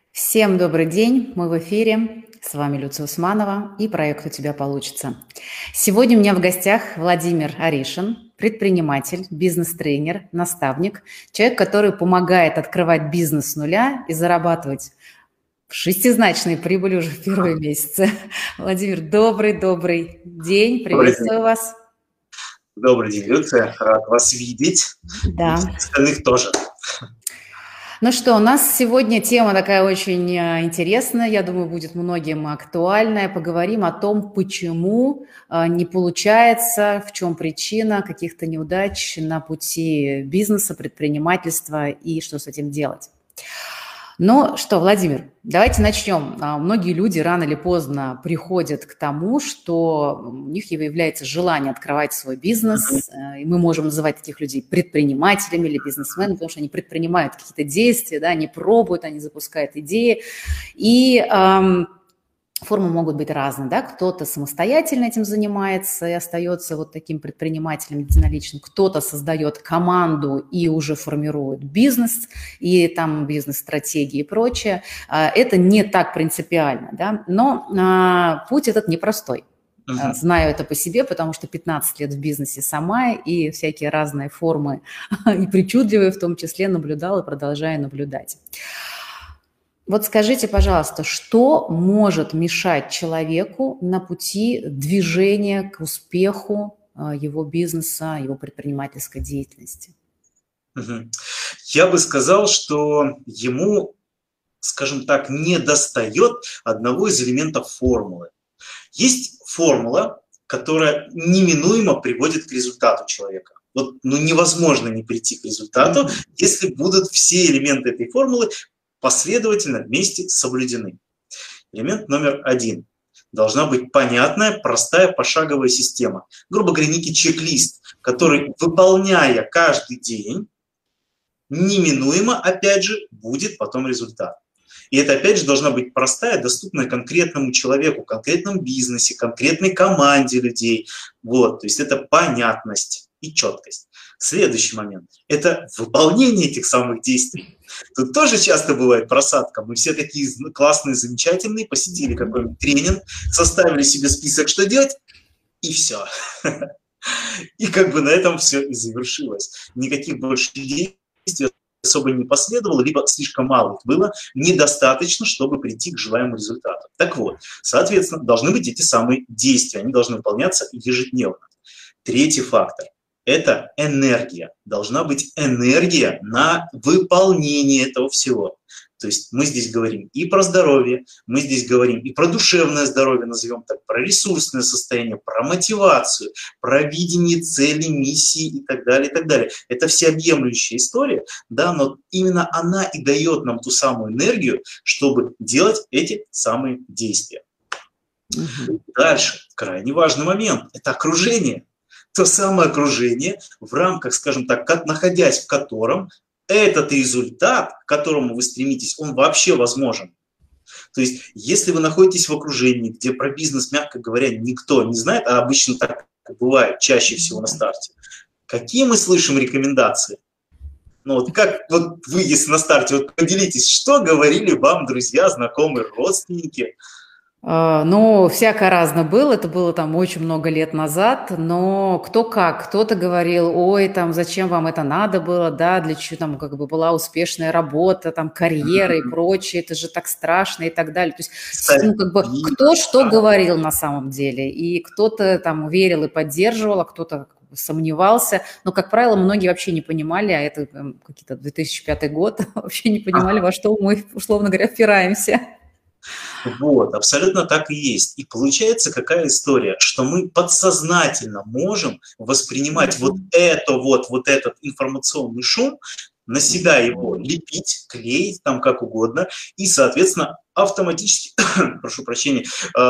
Всем добрый день, мы в эфире, с вами Люция Усманова и проект «У тебя получится». Сегодня у меня в гостях Владимир Аришин, предприниматель, бизнес-тренер, наставник, человек, который помогает открывать бизнес с нуля и зарабатывать шестизначные прибыли уже в первые месяцы. Владимир, добрый день, Добрый день. приветствую вас. Добрый день, Люция. Рад вас видеть. И Да. всех остальных тоже. Ну что, у нас сегодня тема такая очень интересная, я думаю, будет многим актуальная. Поговорим о том, почему не получается, в чем причина каких-то неудач на пути бизнеса, предпринимательства и что с этим делать. Ну что, Владимир, давайте начнем. Многие люди рано или поздно приходят к тому, что у них является желание открывать свой бизнес, и мы можем называть таких людей предпринимателями или бизнесменами, потому что они предпринимают какие-то действия, да, они пробуют, они запускают идеи, и формы могут быть разные, да, кто-то самостоятельно этим занимается и остается вот таким предпринимателем единоличным, кто-то создает команду и уже формирует бизнес, и там бизнес-стратегии и прочее. Это не так принципиально, да, но путь этот непростой. Знаю это по себе, потому что 15 лет в бизнесе сама и всякие разные формы, и причудливые в том числе, наблюдала и продолжаю наблюдать. Вот скажите, пожалуйста, что может мешать человеку на пути движения к успеху его бизнеса, его предпринимательской деятельности? Я бы сказал, что ему, скажем так, недостает одного из элементов формулы. Есть формула, которая неминуемо приводит к результату человека. Вот, невозможно не прийти к результату, если будут все элементы этой формулы последовательно вместе соблюдены. Элемент номер 1. Должна быть понятная, простая пошаговая система. Грубо говоря, некий чек-лист, который, выполняя каждый день, неминуемо, опять же, будет потом результат. И это, опять же, должна быть простая, доступная конкретному человеку, конкретному бизнесе, конкретной команде людей. Вот, то есть это понятность и четкость. Следующий момент – это выполнение этих самых действий. Тут тоже часто бывает просадка. Мы все такие классные, замечательные, посетили какой-нибудь тренинг, составили себе список, что делать, и все. И как бы на этом все и завершилось. Никаких больше действий особо не последовало, либо слишком мало их было, недостаточно, чтобы прийти к желаемому результату. Так вот, соответственно, должны быть эти самые действия, они должны выполняться ежедневно. Третий фактор – это энергия. Должна быть энергия на выполнение этого всего. То есть мы здесь говорим и про здоровье, мы здесь говорим и про душевное здоровье, назовем так, про ресурсное состояние, про мотивацию, про видение цели, миссии и так далее, и так далее. Это всеобъемлющая история, да, но именно она и дает нам ту самую энергию, чтобы делать эти самые действия. Дальше, крайне важный момент – это окружение. То самое окружение, в рамках, скажем так, находясь в котором этот результат, к которому вы стремитесь, он вообще возможен. То есть, если вы находитесь в окружении, где про бизнес, мягко говоря, никто не знает, а обычно так бывает чаще всего на старте, какие мы слышим рекомендации? Как вы, если на старте, поделитесь, что говорили вам друзья, знакомые, родственники? Всякое разное было, это было там очень много лет назад, но кто как, кто-то говорил, ой, там, зачем вам это надо было, да, для чего там как бы была успешная работа, там, карьера и прочее, это же так страшно и так далее. То есть, кто что говорил на самом деле, и кто-то там верил и поддерживал, а кто-то сомневался, но, как правило, многие вообще не понимали, а это какие-то 2005 год, вообще не понимали, во что мы, условно говоря, впираемся. Вот, абсолютно так и есть. И получается какая история, что мы подсознательно можем воспринимать вот этот информационный шум, на себя его лепить, клеить, там как угодно, и, соответственно, автоматически, прошу прощения,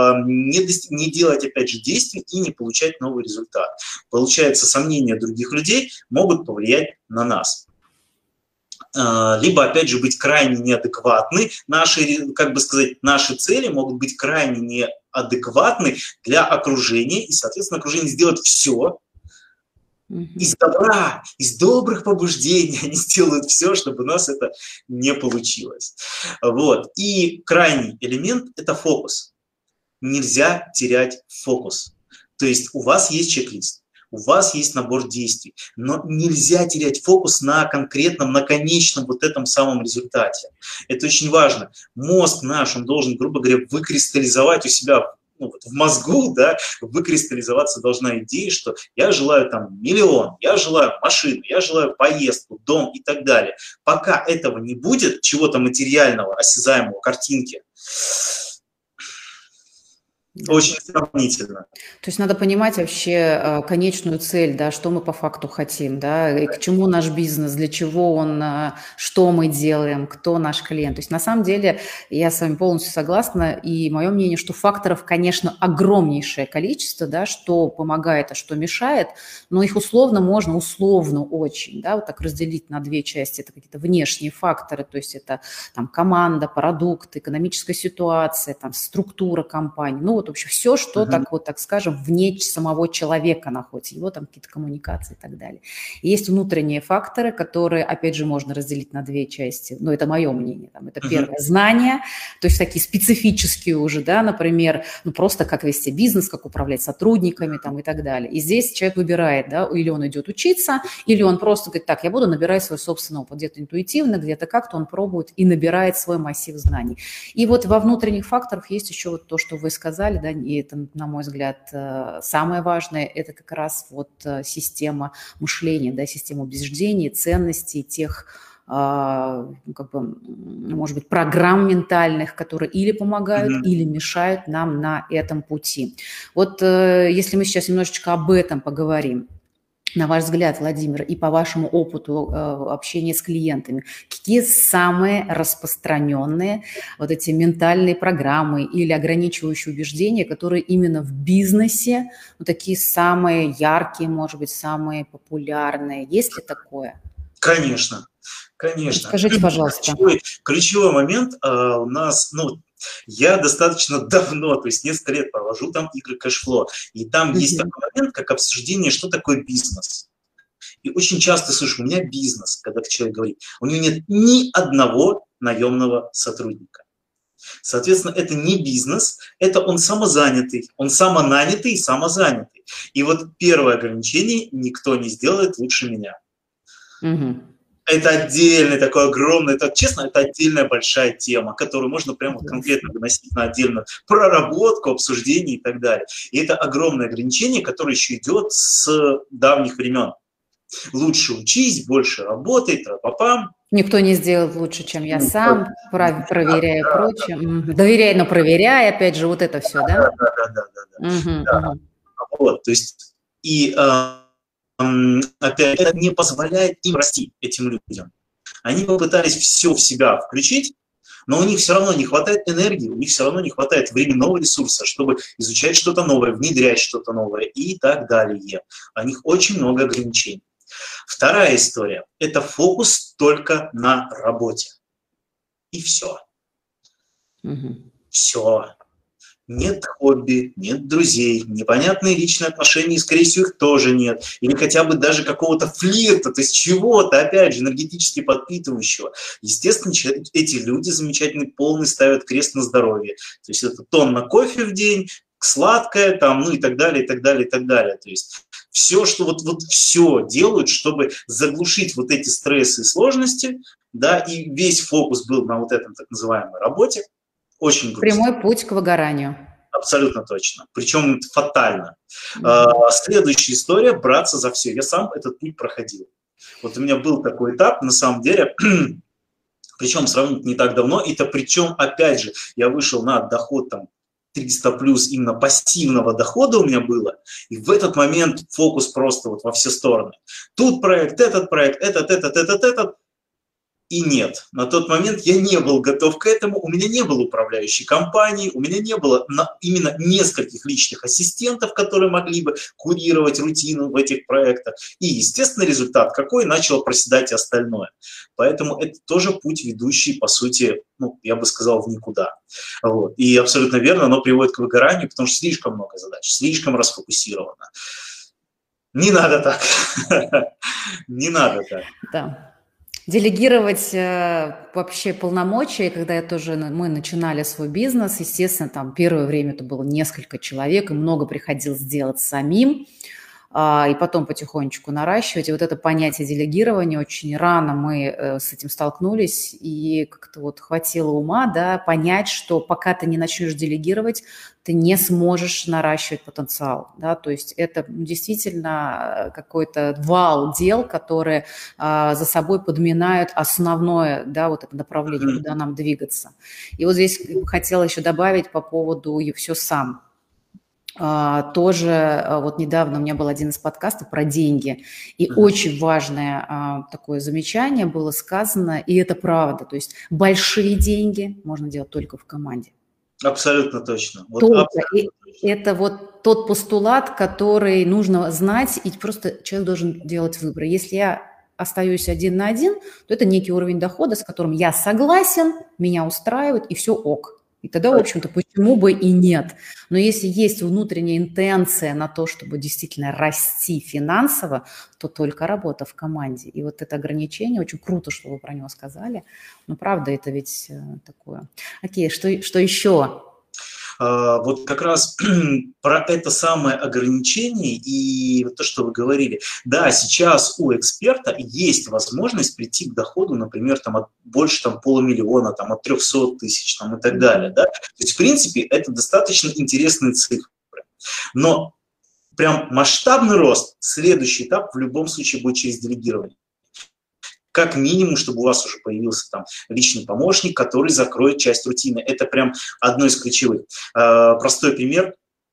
не делать, опять же, действий и не получать новый результат. Получается, сомнения других людей могут повлиять на нас. Либо, опять же, быть крайне неадекватны. Наши цели могут быть крайне неадекватны для окружения, и, соответственно, окружение сделать все, из добра, из добрых побуждений они сделают все, чтобы у нас это не получилось. Вот. И крайний элемент – это фокус. Нельзя терять фокус. То есть у вас есть чек-лист, у вас есть набор действий, но нельзя терять фокус на конкретном, на конечном вот этом самом результате. Это очень важно. Мозг наш, он должен, грубо говоря, выкристаллизовать у себя, ну, вот в мозгу, да, выкристаллизоваться должна идея, что я желаю там миллион, я желаю машину, я желаю поездку, дом и так далее. Пока этого не будет, чего-то материального, осязаемого, картинки, Да. очень сомнительно. То есть надо понимать вообще конечную цель, да, что мы по факту хотим, да, и к чему наш бизнес, для чего он, что мы делаем, кто наш клиент. То есть на самом деле я с вами полностью согласна, и мое мнение, что факторов, конечно, огромнейшее количество, да, что помогает, а что мешает, но их условно очень, да, вот так разделить на две части. Это какие-то внешние факторы, то есть это там команда, продукт, экономическая ситуация, там структура компании, ну вот вообще все, что так вот, так скажем, вне самого человека находится, его там какие-то коммуникации и так далее. И есть внутренние факторы, которые, опять же, можно разделить на две части, но это мое мнение. Там, это первое – знания, то есть такие специфические уже, да, например, ну просто как вести бизнес, как управлять сотрудниками там, и так далее. И здесь человек выбирает, да, или он идет учиться, или он просто говорит, так, я буду набирать свой собственный опыт, где-то интуитивно, где-то как-то он пробует и набирает свой массив знаний. И вот во внутренних факторах есть еще вот то, что вы сказали, да, и это, на мой взгляд, самое важное, это как раз вот система мышления, да, система убеждений, ценностей, тех, как бы, может быть, программ ментальных, которые или помогают, или мешают нам на этом пути. Вот если мы сейчас немножечко об этом поговорим, на ваш взгляд, Владимир, и по вашему опыту общения с клиентами, какие самые распространенные вот эти ментальные программы или ограничивающие убеждения, которые именно в бизнесе, ну, такие самые яркие, может быть, самые популярные? Есть ли такое? Конечно, конечно. Скажите, пожалуйста. Ключевой момент у нас, ну, я достаточно давно, то есть несколько лет провожу там игры кэшфло, и там есть такой момент, как обсуждение, что такое бизнес. И очень часто слышу, у меня бизнес, когда человек говорит, у него нет ни одного наемного сотрудника. Соответственно, это не бизнес, это он самозанятый, он самонанятый и самозанятый. И вот первое ограничение – никто не сделает лучше меня. Это отдельный такой огромный, это, честно, это отдельная большая тема, которую можно прямо конкретно выносить на отдельную проработку, обсуждение и так далее. И это огромное ограничение, которое еще идет с давних времен. Лучше учись, больше работай, тра-па-пам. Никто не сделает лучше, чем я сам, проверяя прочее. Доверяй, но проверяй, опять же, вот это все, да? Да. Вот, то есть, и опять это не позволяет им расти, этим людям. Они попытались все в себя включить, но у них все равно не хватает энергии, у них все равно не хватает временного ресурса, чтобы изучать что-то новое, внедрять что-то новое и так далее. У них очень много ограничений. Вторая история – это фокус только на работе. И все. Все. Нет хобби, нет друзей, непонятные личные отношения, и, скорее всего, их тоже нет. Или хотя бы даже какого-то флирта, то есть чего-то, опять же, энергетически подпитывающего. Естественно, эти люди замечательные, полный ставят крест на здоровье. То есть это тонна кофе в день, сладкое, там, ну и так далее, и так далее, и так далее. То есть все, что вот все делают, чтобы заглушить вот эти стрессы и сложности, да, и весь фокус был на вот этом так называемой работе. Очень грустно. Прямой путь к выгоранию. Абсолютно точно. Причем фатально. Следующая история – браться за все. Я сам этот путь проходил. Вот у меня был такой этап, на самом деле, причем сравнительно не так давно, и-то причем, опять же, я вышел на доход там 300 плюс именно пассивного дохода у меня было, и в этот момент фокус просто вот во все стороны. Тут проект, этот, этот. И нет, на тот момент я не был готов к этому, у меня не было управляющей компании, у меня не было именно нескольких личных ассистентов, которые могли бы курировать рутину в этих проектах. И, естественно, результат какой, начало проседать и остальное. Поэтому это тоже путь, ведущий, по сути, ну, я бы сказал, в никуда. Вот. И абсолютно верно, оно приводит к выгоранию, потому что слишком много задач, слишком расфокусировано. Не надо так. Не надо так. Да. Делегировать вообще полномочия, когда мы начинали свой бизнес, естественно, там первое время это было несколько человек, и много приходилось делать самим, и потом потихонечку наращивать. И вот это понятие делегирования, очень рано мы с этим столкнулись, и как-то вот хватило ума, да, понять, что пока ты не начнешь делегировать, ты не сможешь наращивать потенциал, да, то есть это действительно какой-то вал дел, которые за собой подминают основное, да, вот это направление, куда нам двигаться. И вот здесь хотела еще добавить по поводу «все сам». Тоже вот недавно у меня был один из подкастов про деньги, и очень важное такое замечание было сказано, и это правда, то есть большие деньги можно делать только в команде. Абсолютно точно. Вот только. абсолютно точно. Это вот тот постулат, который нужно знать, и просто человек должен делать выбор. Если я остаюсь один на один, то это некий уровень дохода, с которым я согласен, меня устраивает, и все ок. И тогда, в общем-то, почему бы и нет. Но если есть внутренняя интенция на то, чтобы действительно расти финансово, то только работа в команде. И вот это ограничение, очень круто, что вы про него сказали. Но правда, это ведь такое. Окей, что еще? Вот как раз про это самое ограничение и то, что вы говорили. Да, сейчас у эксперта есть возможность прийти к доходу, например, там, от больше там, 500 000, там, от 300 тысяч там, и так далее. Да? То есть, в принципе, это достаточно интересные цифры. Но прям масштабный рост, следующий этап в любом случае будет через делегирование. Как минимум, чтобы у вас уже появился там личный помощник, который закроет часть рутины. Это прям одно из ключевых. Простой пример.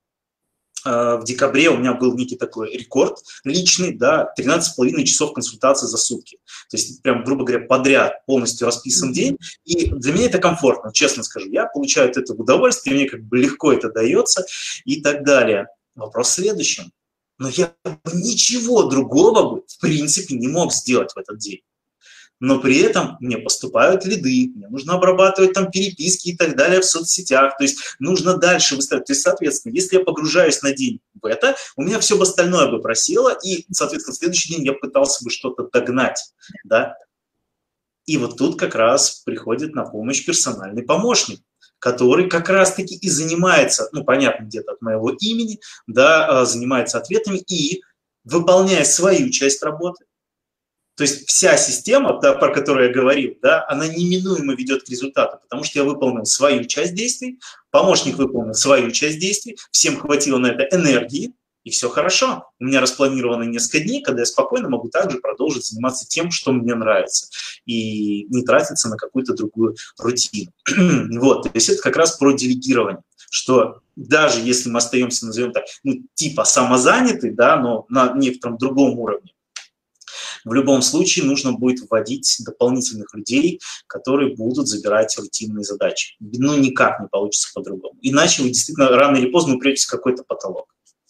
В декабре у меня был некий такой рекорд личный, да, 13,5 часов консультации за сутки. То есть прям, грубо говоря, подряд полностью расписан день. И для меня это комфортно, честно скажу. Я получаю от этого удовольствие, мне как бы легко это дается и так далее. Вопрос в следующем. Но я ничего другого бы, в принципе, не мог сделать в этот день. Но при этом мне поступают лиды, мне нужно обрабатывать там переписки и так далее в соцсетях, то есть нужно дальше выстраивать. То есть, соответственно, если я погружаюсь на день в это, у меня все остальное бы просело, и, соответственно, в следующий день я пытался бы что-то догнать, да. И вот тут как раз приходит на помощь персональный помощник, который как раз-таки и занимается, ну, понятно, где-то от моего имени, да, занимается ответами и, выполняя свою часть работы, то есть вся система, да, про которую я говорил, да, она неминуемо ведет к результату, потому что я выполнил свою часть действий, помощник выполнил свою часть действий, всем хватило на это энергии, и все хорошо. У меня распланировано несколько дней, когда я спокойно могу также продолжить заниматься тем, что мне нравится, и не тратиться на какую-то другую рутину. Вот, то есть это как раз про делегирование, что даже если мы остаемся, назовем так, ну, типа самозанятый, да, но на некотором другом уровне, в любом случае нужно будет вводить дополнительных людей, которые будут забирать рутинные задачи. Ну, никак не получится по-другому. Иначе вы действительно рано или поздно упретесь в какой-то потолок.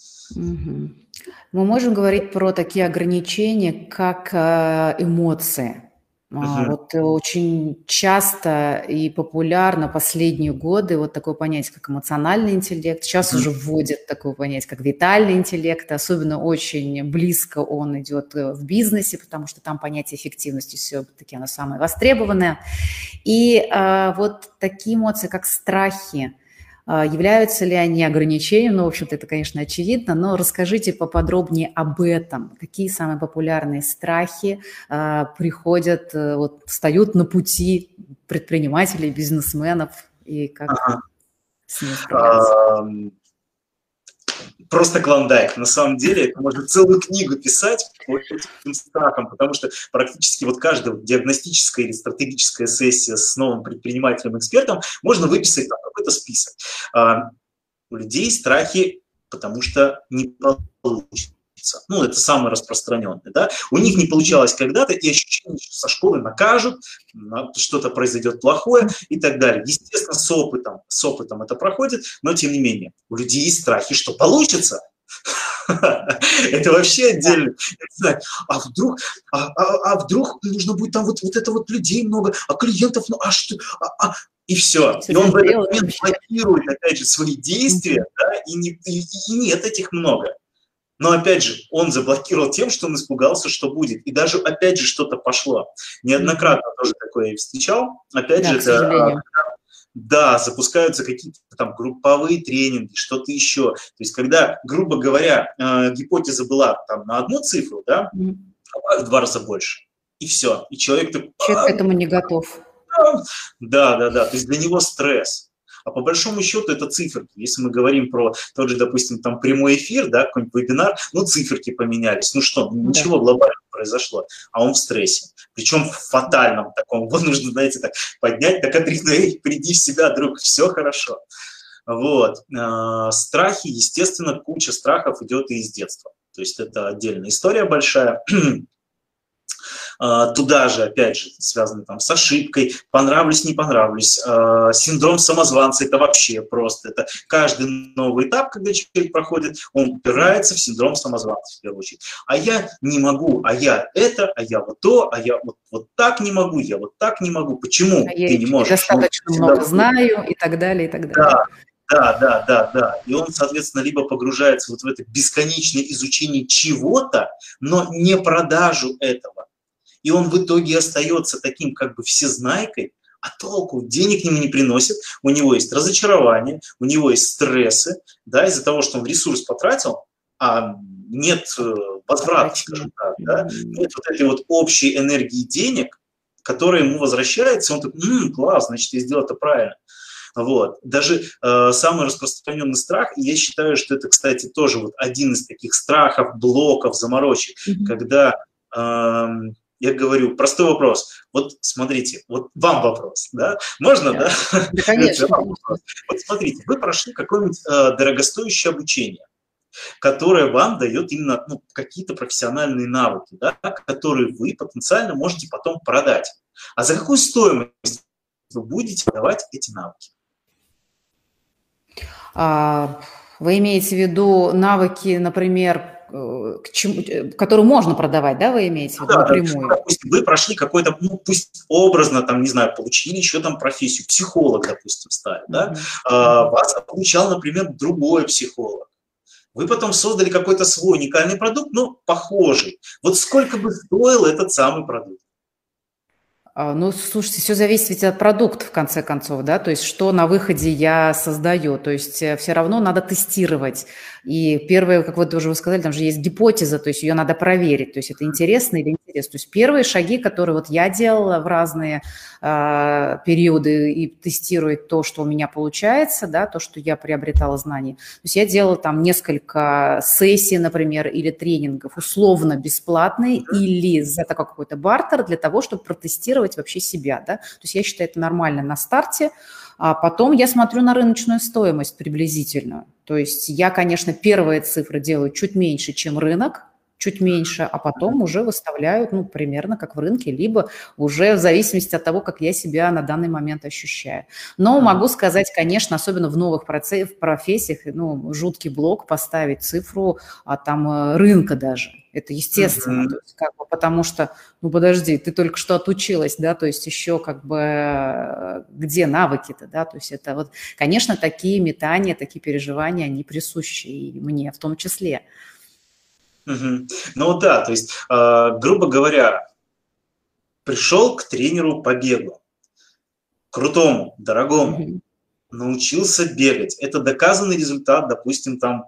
Мы можем говорить про такие ограничения, как эмоции. Вот очень часто и популярно последние годы вот такое понятие, как эмоциональный интеллект. Сейчас уже вводят такое понятие, как витальный интеллект. Особенно очень близко он идет в бизнесе, потому что там понятие эффективности все-таки оно самое востребованное. И вот такие эмоции, как страхи, являются ли они ограничением? Ну, в общем-то, это, конечно, очевидно, но расскажите поподробнее об этом. Какие самые популярные страхи приходят, вот, встают на пути предпринимателей, бизнесменов, и как с ними справляться? Просто клондайк. На самом деле, это можно целую книгу писать по этим страхам, потому что практически вот каждая диагностическая или стратегическая сессия с новым предпринимателем-экспертом можно выписать там какой-то список. У людей страхи, потому что не получится. Ну, это самое распространенное, да. У них не получалось когда-то, и ощущение, что со школы накажут, что-то произойдет плохое и так далее. Естественно, с опытом это проходит, но тем не менее, у людей есть страхи, что получится. Это вообще отдельно. А вдруг нужно будет там вот это вот людей много, а клиентов, ну а что? И все. И он в этот момент блокирует, опять же, свои действия, да, и нет этих много. Но, опять же, он заблокировал тем, что он испугался, что будет. И даже, опять же, что-то пошло. Неоднократно тоже такое я встречал. Опять Да, же, к это, сожалению. да, запускаются какие-то там групповые тренинги, что-то еще. То есть, когда, грубо говоря, гипотеза была там на одну цифру, да, Мгм. а в 2 раза больше. И все. И человек такой, Человек к этому не готов. да, да, да. То есть для него стресс. А по большому счету это циферки. Если мы говорим про тот же, допустим, там прямой эфир, да, какой-нибудь вебинар, ну, циферки поменялись. Ну что, Да. ничего глобального не произошло. А он в стрессе. Причем в фатальном таком. Его нужно, знаете, так поднять, так отряхнуть, приди в себя, друг, все хорошо. Вот. Страхи, естественно, куча страхов идет и из детства. То есть это отдельная история большая. Туда же, опять же, связано там с ошибкой, понравлюсь, не понравлюсь. Синдром самозванца – это вообще просто. Это каждый новый этап, когда человек проходит, он упирается в синдром самозванца в первую очередь. А я не могу, а я это, а я вот то, а я вот так не могу, я вот так не могу. Почему А я ты не еще можешь? Ну, недостаточно всегда много знаю и так далее, и так далее. да, да, да, да, да. И он, соответственно, либо погружается вот в это бесконечное изучение чего-то, но не продажу этого. И он в итоге остается таким как бы всезнайкой, а толку денег ему не приносит, у него есть разочарование, у него есть стрессы, да, из-за того, что он ресурс потратил, а нет возврата, Потрачено. скажем так, да, нет вот этой вот общей энергии денег, которая ему возвращается, он такой, класс, значит, я сделал это правильно. Вот. Даже самый распространенный страх, и я считаю, что это, кстати, тоже вот один из таких страхов, блоков, заморочек, когда я говорю, простой вопрос. Вот смотрите, вот вам вопрос, да? Можно, да? Да, конечно, конечно. Вот смотрите, вы прошли какое-нибудь дорогостоящее обучение, которое вам дает именно какие-то профессиональные навыки, да, которые вы потенциально можете потом продать. А за какую стоимость вы будете давать эти навыки? Вы имеете в виду навыки, например, которые можно продавать, да, вы имеете в виду Да, напрямую? допустим, вы прошли какой-то, пусть образно, там, не знаю, получили еще там профессию, психолог, допустим, стали, да, вас обучал, например, другой психолог. Вы потом создали какой-то свой уникальный продукт, но похожий. Вот сколько бы стоил этот самый продукт? Ну, слушайте, все зависит ведь от продукта, в конце концов, да, то есть что на выходе я создаю, то есть все равно надо тестировать. И первое, как вот уже вы сказали, там же есть гипотеза, то есть ее надо проверить, то есть это интересно или интересно. То есть первые шаги, которые вот я делала в разные периоды и тестируя то, что у меня получается, да, то, что я приобретала знания. То есть я делала там несколько сессий, например, или тренингов условно бесплатные или за какой-то бартер для того, чтобы протестировать вообще себя, да. То есть я считаю это нормально на старте, а потом я смотрю на рыночную стоимость приблизительно. То есть я, конечно, первые цифры делаю чуть меньше, чем рынок, чуть меньше, а потом уже выставляют, примерно как в рынке, либо уже в зависимости от того, как я себя на данный момент ощущаю. Но могу сказать, конечно, особенно в новых профессиях, жуткий блок поставить цифру там рынка даже. Это естественно, то есть, потому что, подожди, ты только что отучилась, да, то есть еще где навыки-то, да, то есть это вот, конечно, такие метания, такие переживания, они присущи и мне в том числе. Ну да, то есть, грубо говоря, пришел к тренеру по бегу, крутому, дорогому, научился бегать. Это доказанный результат, допустим, там,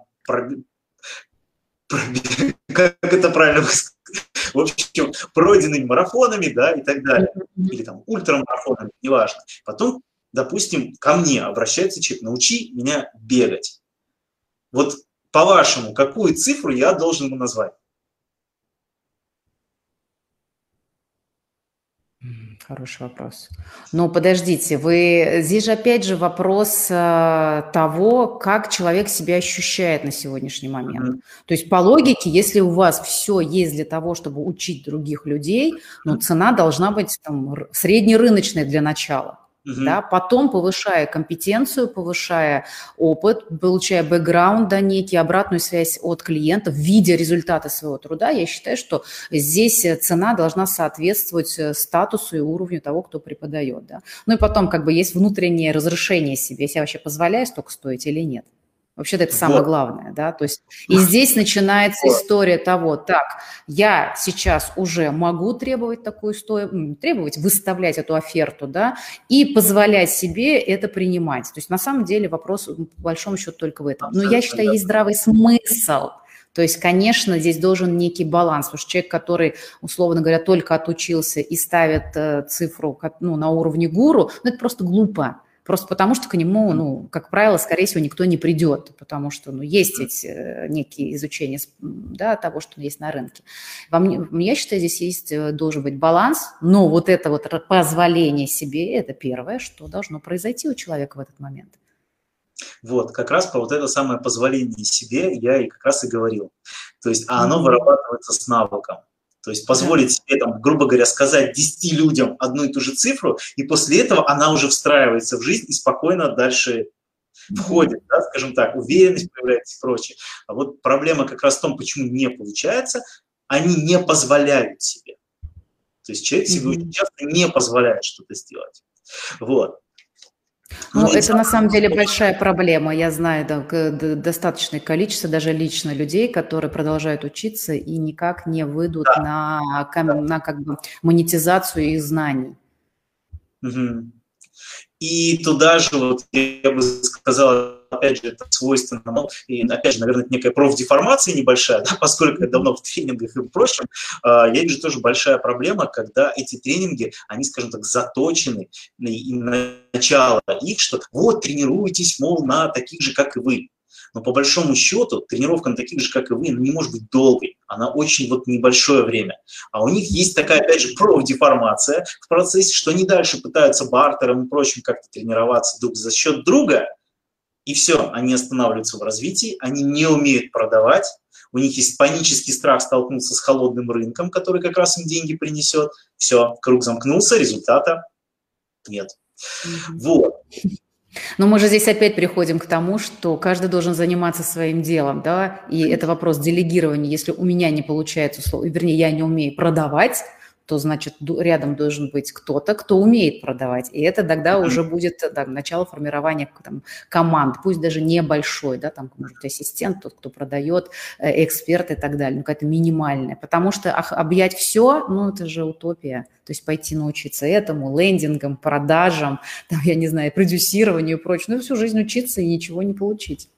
как это правильно сказать? В общем, пройденными марафонами, да, и так далее. Или там ультрамарафонами, неважно. Потом, допустим, ко мне обращается человек, научи меня бегать. Вот по-вашему, какую цифру я должен ему назвать? Хороший вопрос. Но подождите, здесь же опять же вопрос того, как человек себя ощущает на сегодняшний момент. То есть по логике, если у вас все есть для того, чтобы учить других людей, цена должна быть там, среднерыночной для начала. Да, потом, повышая компетенцию, повышая опыт, получая бэкграунд, да, некий, обратную связь от клиента, видя результаты своего труда, я считаю, что здесь цена должна соответствовать статусу и уровню того, кто преподает. Да. Ну и потом есть внутреннее разрешение себе, я вообще позволяю столько стоить или нет. Вообще-то это самое Вот, главное, да, то есть и здесь начинается вот. история того, так, я сейчас уже могу требовать такую требовать, выставлять эту оферту, да, и позволять себе это принимать. То есть на самом деле вопрос, по большому счету, только в этом. Но я Абсолютно считаю, есть верно. здравый смысл. То есть, конечно, здесь должен некий баланс, потому что человек, который, условно говоря, только отучился и ставит цифру на уровне гуру, ну, это просто глупо. Просто потому, что к нему, ну, как правило, скорее всего, никто не придет, потому что, ну, есть ведь некие изучения, да, того, что есть на рынке. Я считаю, здесь должен быть баланс, но вот это вот позволение себе – это первое, что должно произойти у человека в этот момент. Вот, как раз про вот это самое позволение себе я и как раз и говорил. То есть, а оно вырабатывается с навыком. То есть Да. позволить себе, там, грубо говоря, сказать 10 людям одну и ту же цифру, и после этого она уже встраивается в жизнь и спокойно дальше входит, да, скажем так, уверенность появляется и прочее. А вот проблема как раз в том, почему не получается, они не позволяют себе. То есть человек себе очень часто не позволяет что-то сделать. Вот. Ну, Ну, и это на самом деле большая проблема. Я знаю достаточное количество, даже лично людей, которые продолжают учиться и никак не выйдут да, на как бы монетизацию их знаний. Мгм. И туда же, вот, я бы сказал, опять же, это свойственно, и, опять же, наверное, это некая профдеформация небольшая, да, поскольку я давно в тренингах и прочем, я вижу тоже большая проблема, когда эти тренинги, они, скажем так, заточены, и начало их, что вот, тренируйтесь, мол, на таких же, как и вы. Но по большому счету тренировка на таких же, как и вы, не может быть долгой. Она очень вот небольшое время. А у них есть такая, опять же, профдеформация в процессе, что они дальше пытаются бартером и прочим как-то тренироваться друг за счет друга, и все, они останавливаются в развитии, они не умеют продавать, у них есть панический страх столкнуться с холодным рынком, который как раз им деньги принесет. Все, круг замкнулся, результата нет. Вот. Но мы же здесь опять приходим к тому, что каждый должен заниматься своим делом, да, и это вопрос делегирования. Если у меня не получается, вернее, я не умею продавать, то, значит, рядом должен быть кто-то, кто умеет продавать. И это тогда уже будет начало формирования там, команд, пусть даже небольшой, да, там, может быть, ассистент, тот, кто продает, эксперт и так далее, ну, какая-то минимальная. Потому что объять все, ну, это же утопия. То есть пойти научиться этому, лендингам, продажам, там, я не знаю, продюсированию и прочее. Ну, всю жизнь учиться и ничего не получить.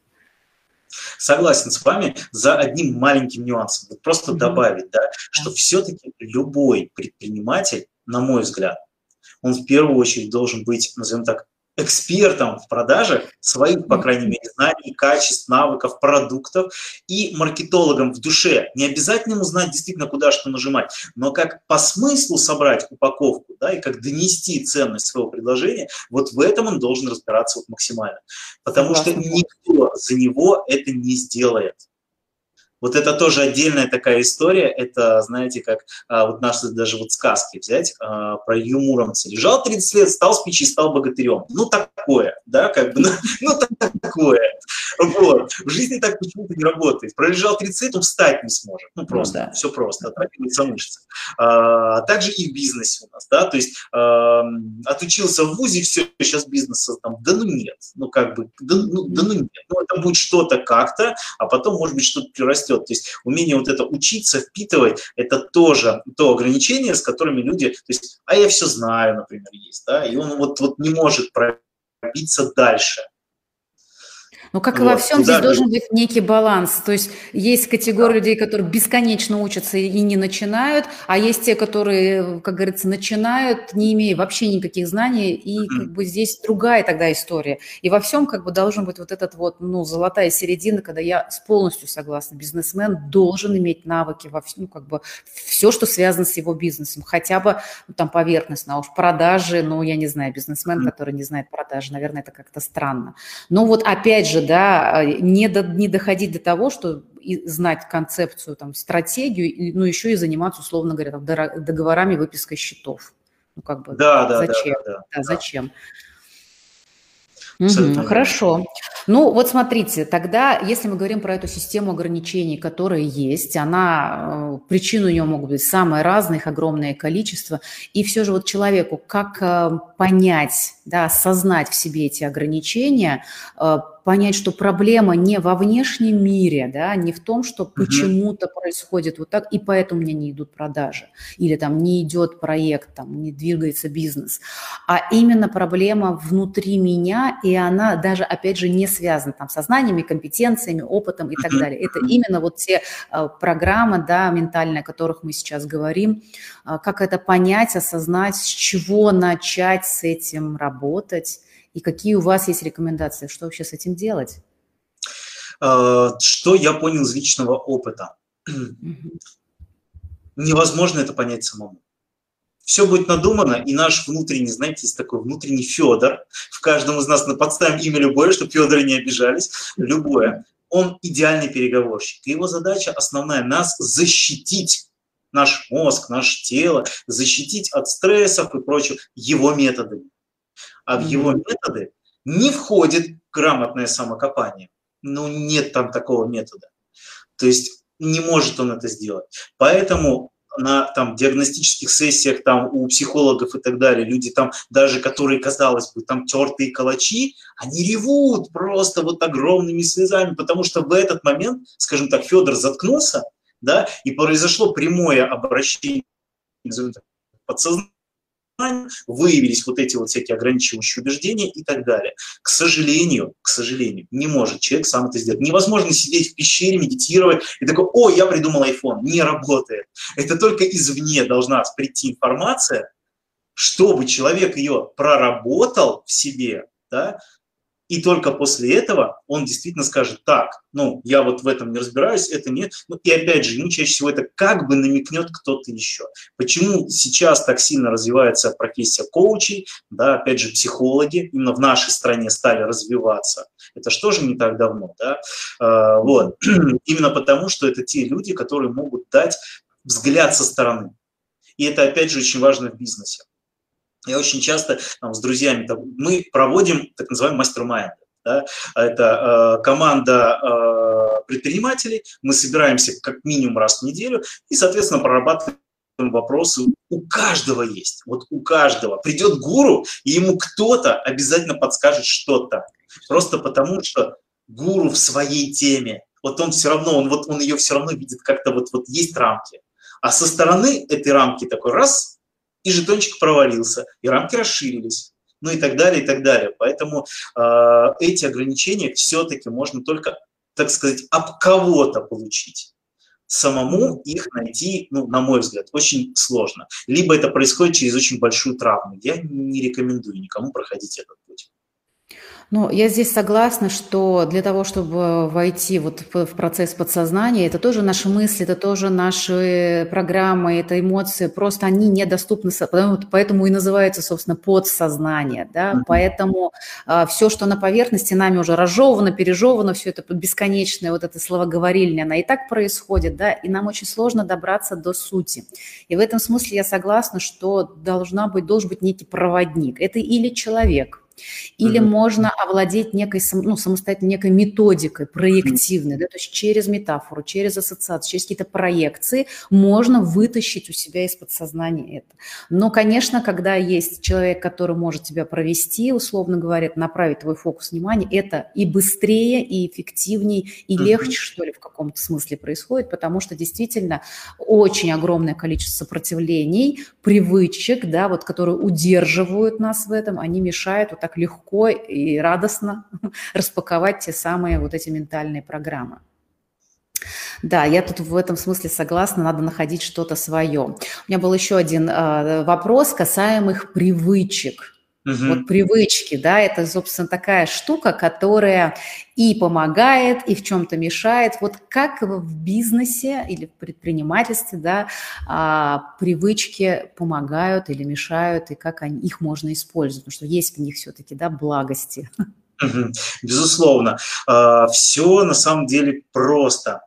Согласен с вами за одним маленьким нюансом. Вот просто добавить, да, что все-таки любой предприниматель, на мой взгляд, он в первую очередь должен быть, назовем так, экспертом в продажах своих, по крайней мере, знаний, качеств, навыков, продуктов и маркетологом в душе. Не обязательно ему знать действительно, куда что нажимать, но как по смыслу собрать упаковку, да, и как донести ценность своего предложения, вот в этом он должен разбираться вот максимально. Потому что никто за него это не сделает. Вот это тоже отдельная такая история. Это, знаете, как вот наши даже вот сказки взять про Илью Муромца. Лежал 30 лет, стал с печи, стал богатырем. Ну, такое, да, как бы, ну, такое. Вот. В жизни так почему-то не работает. Пролежал 30 лет, он встать не сможет. Ну, просто, ну, да. Все просто, отрабатываются мышцы. Также и в бизнесе у нас, да, то есть отучился в вузе, все, сейчас бизнес там, да ну нет, ну, как бы, да ну нет. Ну, это будет что-то как-то, а потом, может быть, что-то прирастет. То есть умение вот это учиться, впитывать, это тоже то ограничение, с которыми люди, то есть, а я все знаю, например, есть, да, и он вот не может пробиться дальше. Ну, как и во всем, здесь должен быть некий баланс. То есть есть категория людей, которые бесконечно учатся и не начинают, а есть те, которые, как говорится, начинают, не имея вообще никаких знаний, и как бы здесь другая тогда история. И во всем как бы должен быть вот этот вот, ну, золотая середина, когда я полностью согласна, бизнесмен должен иметь навыки во всем, ну, как бы все, что связано с его бизнесом, хотя бы ну, там поверхностно, а уж продажи, ну, я не знаю, бизнесмен, который не знает продажи, наверное, это как-то странно. Но вот опять же, да, не доходить до того, что знать концепцию, там, стратегию, но еще и заниматься, условно говоря, там, договорами, выпиской счетов. Ну, как бы, зачем? Зачем? Хорошо. Ну, вот смотрите, тогда, если мы говорим про эту систему ограничений, которая есть, причины у нее могут быть самые разные, их огромное количество, и все же вот человеку как понять, да, осознать в себе эти ограничения, понять, что проблема не во внешнем мире, да, не в том, что почему-то происходит вот так, и поэтому у меня не идут продажи, или там не идет проект, там не двигается бизнес, а именно проблема внутри меня, и она даже, опять же, не связана там со знаниями, компетенциями, опытом и так далее. Это именно вот те программы, да, ментальные, о которых мы сейчас говорим, как это понять, осознать, с чего начать с этим работать, и какие у вас есть рекомендации, что вообще с этим делать? Что я понял из личного опыта? Невозможно это понять самому. Все будет надумано, и наш внутренний, знаете, есть такой внутренний Федор. В каждом из нас подставим имя любое, чтобы Федоры не обижались. Любое. Он идеальный переговорщик. И его задача основная – нас защитить. Наш мозг, наше тело, защитить от стрессов и прочего его методами. А в его методы не входит грамотное самокопание. Ну, нет там такого метода. То есть не может он это сделать. Поэтому на там, диагностических сессиях там, у психологов и так далее, люди там, даже которые, казалось бы, там тертые калачи, они ревут просто вот огромными слезами, потому что в этот момент, скажем так, Федор заткнулся, да, и произошло прямое обращение подсознания, выявились вот эти вот всякие ограничивающие убеждения и так далее. К сожалению, не может человек сам это сделать. Невозможно сидеть в пещере, медитировать и такой: о, я придумал iPhone. Не работает. Это только извне должна прийти информация, чтобы человек ее проработал в себе, да, и только после этого он действительно скажет: так, ну, я вот в этом не разбираюсь, это нет. Ну, и опять же, ему чаще всего это как бы намекнет кто-то еще. Почему сейчас так сильно развивается профессия коучей, да, опять же, психологи именно в нашей стране стали развиваться. Это ж тоже не так давно, да. Вот. Именно потому, что это те люди, которые могут дать взгляд со стороны. И это, опять же, очень важно в бизнесе. Я очень часто там, с друзьями мы проводим так называемый мастер-майнд. Да? Это команда предпринимателей. Мы собираемся как минимум раз в неделю и, соответственно, прорабатываем вопросы. У каждого есть. Вот у каждого. Придет гуру, и ему кто-то обязательно подскажет что-то. Просто потому, что гуру в своей теме. Вот он все равно, он ее все равно видит как-то, вот есть рамки. А со стороны этой рамки такой раз, и жетончик провалился, и рамки расширились, ну и так далее, и так далее. Поэтому эти ограничения все-таки можно только, так сказать, об кого-то получить. Самому их найти, ну, на мой взгляд, очень сложно. Либо это происходит через очень большую травму. Я не рекомендую никому проходить этот путь. Ну, я здесь согласна, что для того, чтобы войти вот в процесс подсознания, это тоже наши мысли, это тоже наши программы, это эмоции, просто они недоступны, поэтому и называется, собственно, подсознание, да, поэтому все, что на поверхности, нами уже разжевано, пережевано, все это бесконечное, вот это словоговорильня, она и так происходит, да, и нам очень сложно добраться до сути. И в этом смысле я согласна, что должен быть некий проводник. Это или человек, или можно овладеть некой, ну, самостоятельно некой методикой проективной, да, то есть через метафору, через ассоциацию, через какие-то проекции можно вытащить у себя из подсознания это. Но, конечно, когда есть человек, который может тебя провести, условно говоря, направить твой фокус внимания, это и быстрее, и эффективнее, и легче, что ли, в каком-то смысле происходит, потому что действительно очень огромное количество сопротивлений, привычек, да, вот, которые удерживают нас в этом, они мешают вот так легко и радостно распаковать те самые вот эти ментальные программы. Да, я тут в этом смысле согласна, надо находить что-то свое. У меня был еще один вопрос касаемых привычек. Вот привычки, да, это, собственно, такая штука, которая и помогает, и в чем-то мешает. Вот как в бизнесе или в предпринимательстве, да, привычки помогают или мешают, и как их можно использовать, потому что есть в них все-таки, да, благости. Безусловно. Все на самом деле просто.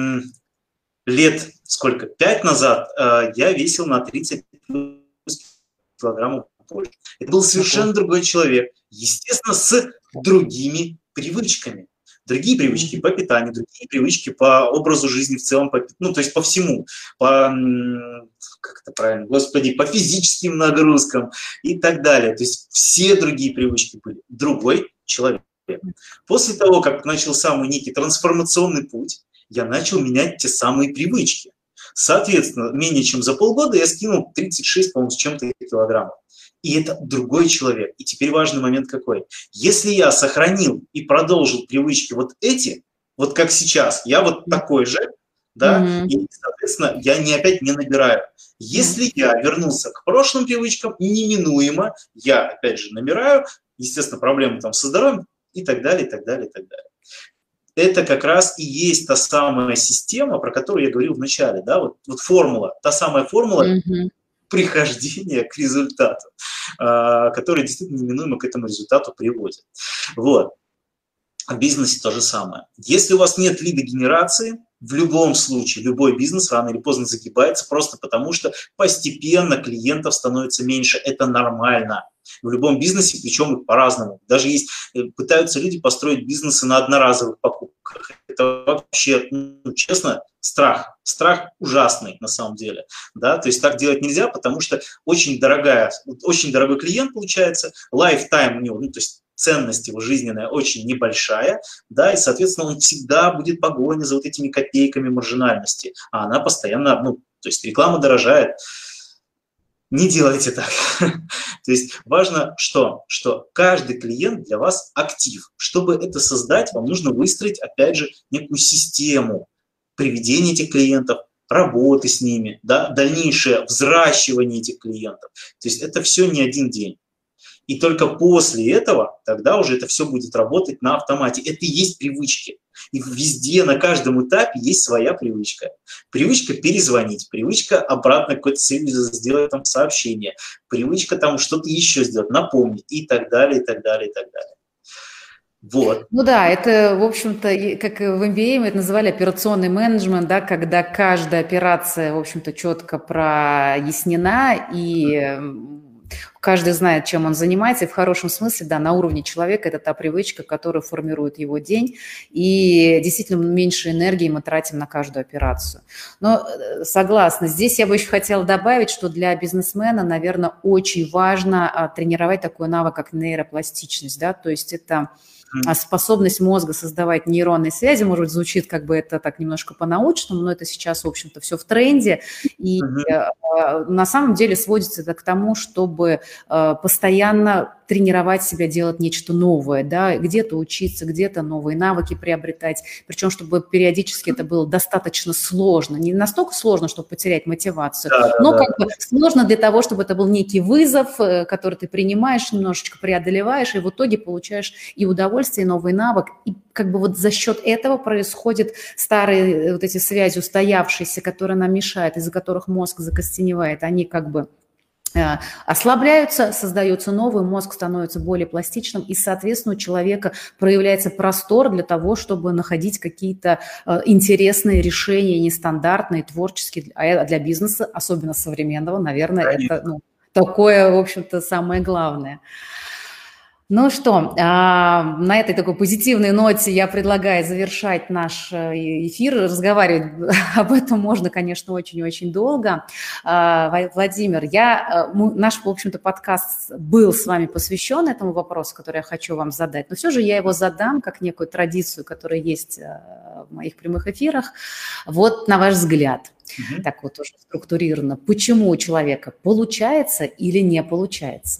Лет сколько? 5 назад я весил на 30 килограммов больше. Это был совершенно другой человек, естественно, с другими привычками. Другие привычки по питанию, другие привычки по образу жизни в целом, ну, то есть по всему, по, как это правильно, господи, по физическим нагрузкам и так далее. То есть все другие привычки были. Другой человек. После того, как начался мой некий трансформационный путь, я начал менять те самые привычки. Соответственно, менее чем за полгода я скинул 36, по-моему, с чем-то килограммов. И это другой человек. И теперь важный момент какой. Если я сохранил и продолжил привычки вот эти, вот как сейчас, я вот такой же, да, и, соответственно, я опять не набираю. Если я вернулся к прошлым привычкам, неминуемо я, опять же, набираю, естественно, проблемы там со здоровьем и так далее, и так далее, и так далее. Это как раз и есть та самая система, про которую я говорил в начале, да, вот формула, та самая формула прихождения к результату, которая действительно неминуемо к этому результату приводит. Вот. В бизнесе то же самое. Если у вас нет лидогенерации, в любом случае, любой бизнес рано или поздно загибается, просто потому что постепенно клиентов становится меньше. Это нормально. В любом бизнесе, причем по-разному. Даже пытаются люди построить бизнесы на одноразовых покупках. Это вообще, честно, страх. Страх ужасный на самом деле. Да? То есть так делать нельзя, потому что очень дорогой клиент получается, лайфтайм у него, то есть ценность его жизненная очень небольшая, да, и, соответственно, он всегда будет в погоне за вот этими копейками маржинальности, а она постоянно, то есть реклама дорожает. Не делайте так. То есть важно что каждый клиент для вас актив. Чтобы это создать, вам нужно выстроить, опять же, некую систему приведения этих клиентов, работы с ними, да, дальнейшее взращивание этих клиентов. То есть это все не один день. И только после этого тогда уже это все будет работать на автомате. Это и есть привычки. И везде, на каждом этапе есть своя привычка. Привычка перезвонить, привычка обратно какой-то сделать там сообщение, привычка там что-то еще сделать, напомнить и так далее, и так далее, и так далее. Вот. Ну да, это, в общем-то, как в MBA мы это называли операционный менеджмент, да, когда каждая операция, в общем-то, четко прояснена, и каждый знает, чем он занимается, и в хорошем смысле, да, на уровне человека это та привычка, которая формирует его день, и действительно меньше энергии мы тратим на каждую операцию. Но согласна, здесь я бы еще хотела добавить, что для бизнесмена, наверное, очень важно тренировать такой навык, как нейропластичность, да, то есть это способность мозга создавать нейронные связи, может быть, звучит как бы это так немножко по-научному, но это сейчас, в общем-то, все в тренде, и на самом деле сводится это к тому, чтобы постоянно тренировать себя, делать нечто новое, да, где-то учиться, где-то новые навыки приобретать, причем чтобы периодически это было достаточно сложно, не настолько сложно, чтобы потерять мотивацию, но как бы сложно для того, чтобы это был некий вызов, который ты принимаешь, немножечко преодолеваешь, и в итоге получаешь и удовольствие, и новый навык, и как бы вот за счет этого происходят старые вот эти связи устоявшиеся, которые нам мешают, из-за которых мозг закостеневает, они как бы ослабляются, создается новый, мозг становится более пластичным, и, соответственно, у человека проявляется простор для того, чтобы находить какие-то интересные решения, нестандартные, творческие, а для бизнеса, особенно современного, наверное, это такое, в общем-то, самое главное. Ну что, на этой такой позитивной ноте я предлагаю завершать наш эфир. Разговаривать об этом можно, конечно, очень-очень долго. Владимир, наш, в общем-то, подкаст был с вами посвящен этому вопросу, который я хочу вам задать, но все же я его задам как некую традицию, которая есть в моих прямых эфирах. Вот на ваш взгляд, так вот уже структурированно, почему у человека получается или не получается?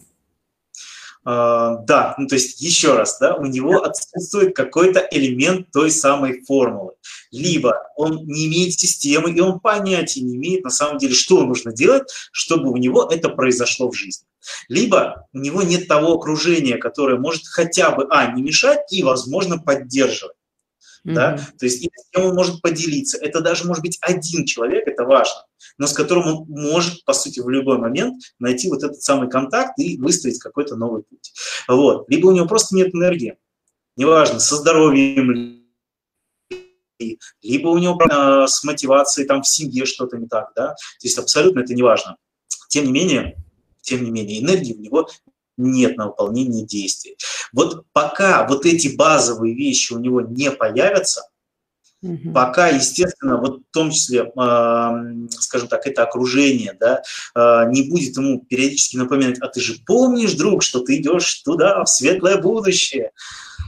Да, то есть еще раз, да, у него отсутствует какой-то элемент той самой формулы. Либо он не имеет системы, и он понятия не имеет на самом деле, что нужно делать, чтобы у него это произошло в жизни. Либо у него нет того окружения, которое может хотя бы, не мешать и, возможно, поддерживать. Да? То есть и с кем он может поделиться. Это даже может быть один человек, это важно, но с которым он может, по сути, в любой момент найти вот этот самый контакт и выстроить какой-то новый путь. Вот. Либо у него просто нет энергии, неважно, со здоровьем, либо у него с мотивацией там в семье что-то не так, да, то есть абсолютно это неважно. Тем не менее, энергии у него нет на выполнение действий. Вот пока вот эти базовые вещи у него не появятся, пока, естественно, вот в том числе, скажем так, это окружение, да, не будет ему периодически напоминать, а ты же помнишь, друг, что ты идешь туда, в светлое будущее.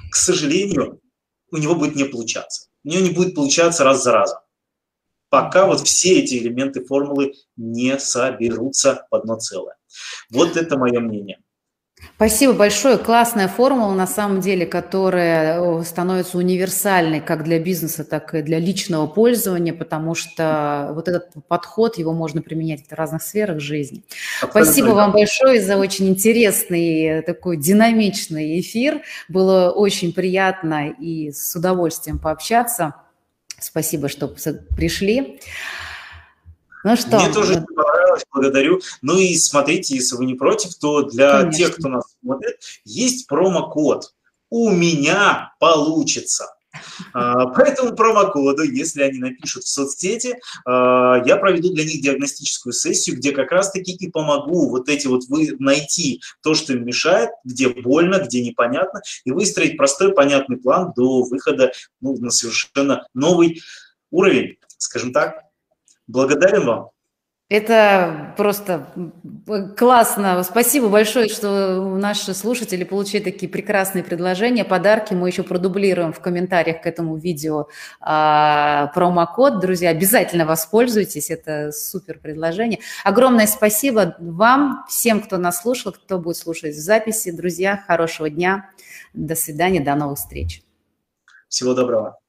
к сожалению, у него будет не получаться. У него не будет получаться раз за разом, пока вот все эти элементы формулы не соберутся в одно целое. Вот это мое мнение. Спасибо большое. Классная формула, на самом деле, которая становится универсальной как для бизнеса, так и для личного пользования, потому что вот этот подход, его можно применять в разных сферах жизни. Абсолютно Спасибо верно. вам большое за очень интересный, такой динамичный эфир. Было очень приятно и с удовольствием пообщаться. Спасибо, что пришли. Ну что, Мне тоже понравилось, благодарю. Ну и смотрите, если вы не против, то для тех, конечно. кто нас смотрит, есть промокод «У меня получится». По этому промокоду, если они напишут в соцсети, я проведу для них диагностическую сессию, где как раз-таки и помогу вот эти вот найти то, что им мешает, где больно, где непонятно, и выстроить простой, понятный план до выхода на совершенно новый уровень, скажем так. Благодарен вам. Это просто классно. Спасибо большое, что наши слушатели получили такие прекрасные предложения, подарки. Мы еще продублируем в комментариях к этому видео промокод. Друзья, обязательно воспользуйтесь. Это супер предложение. Огромное спасибо вам, всем, кто нас слушал, кто будет слушать в записи. Друзья, хорошего дня. До свидания, до новых встреч. Всего доброго.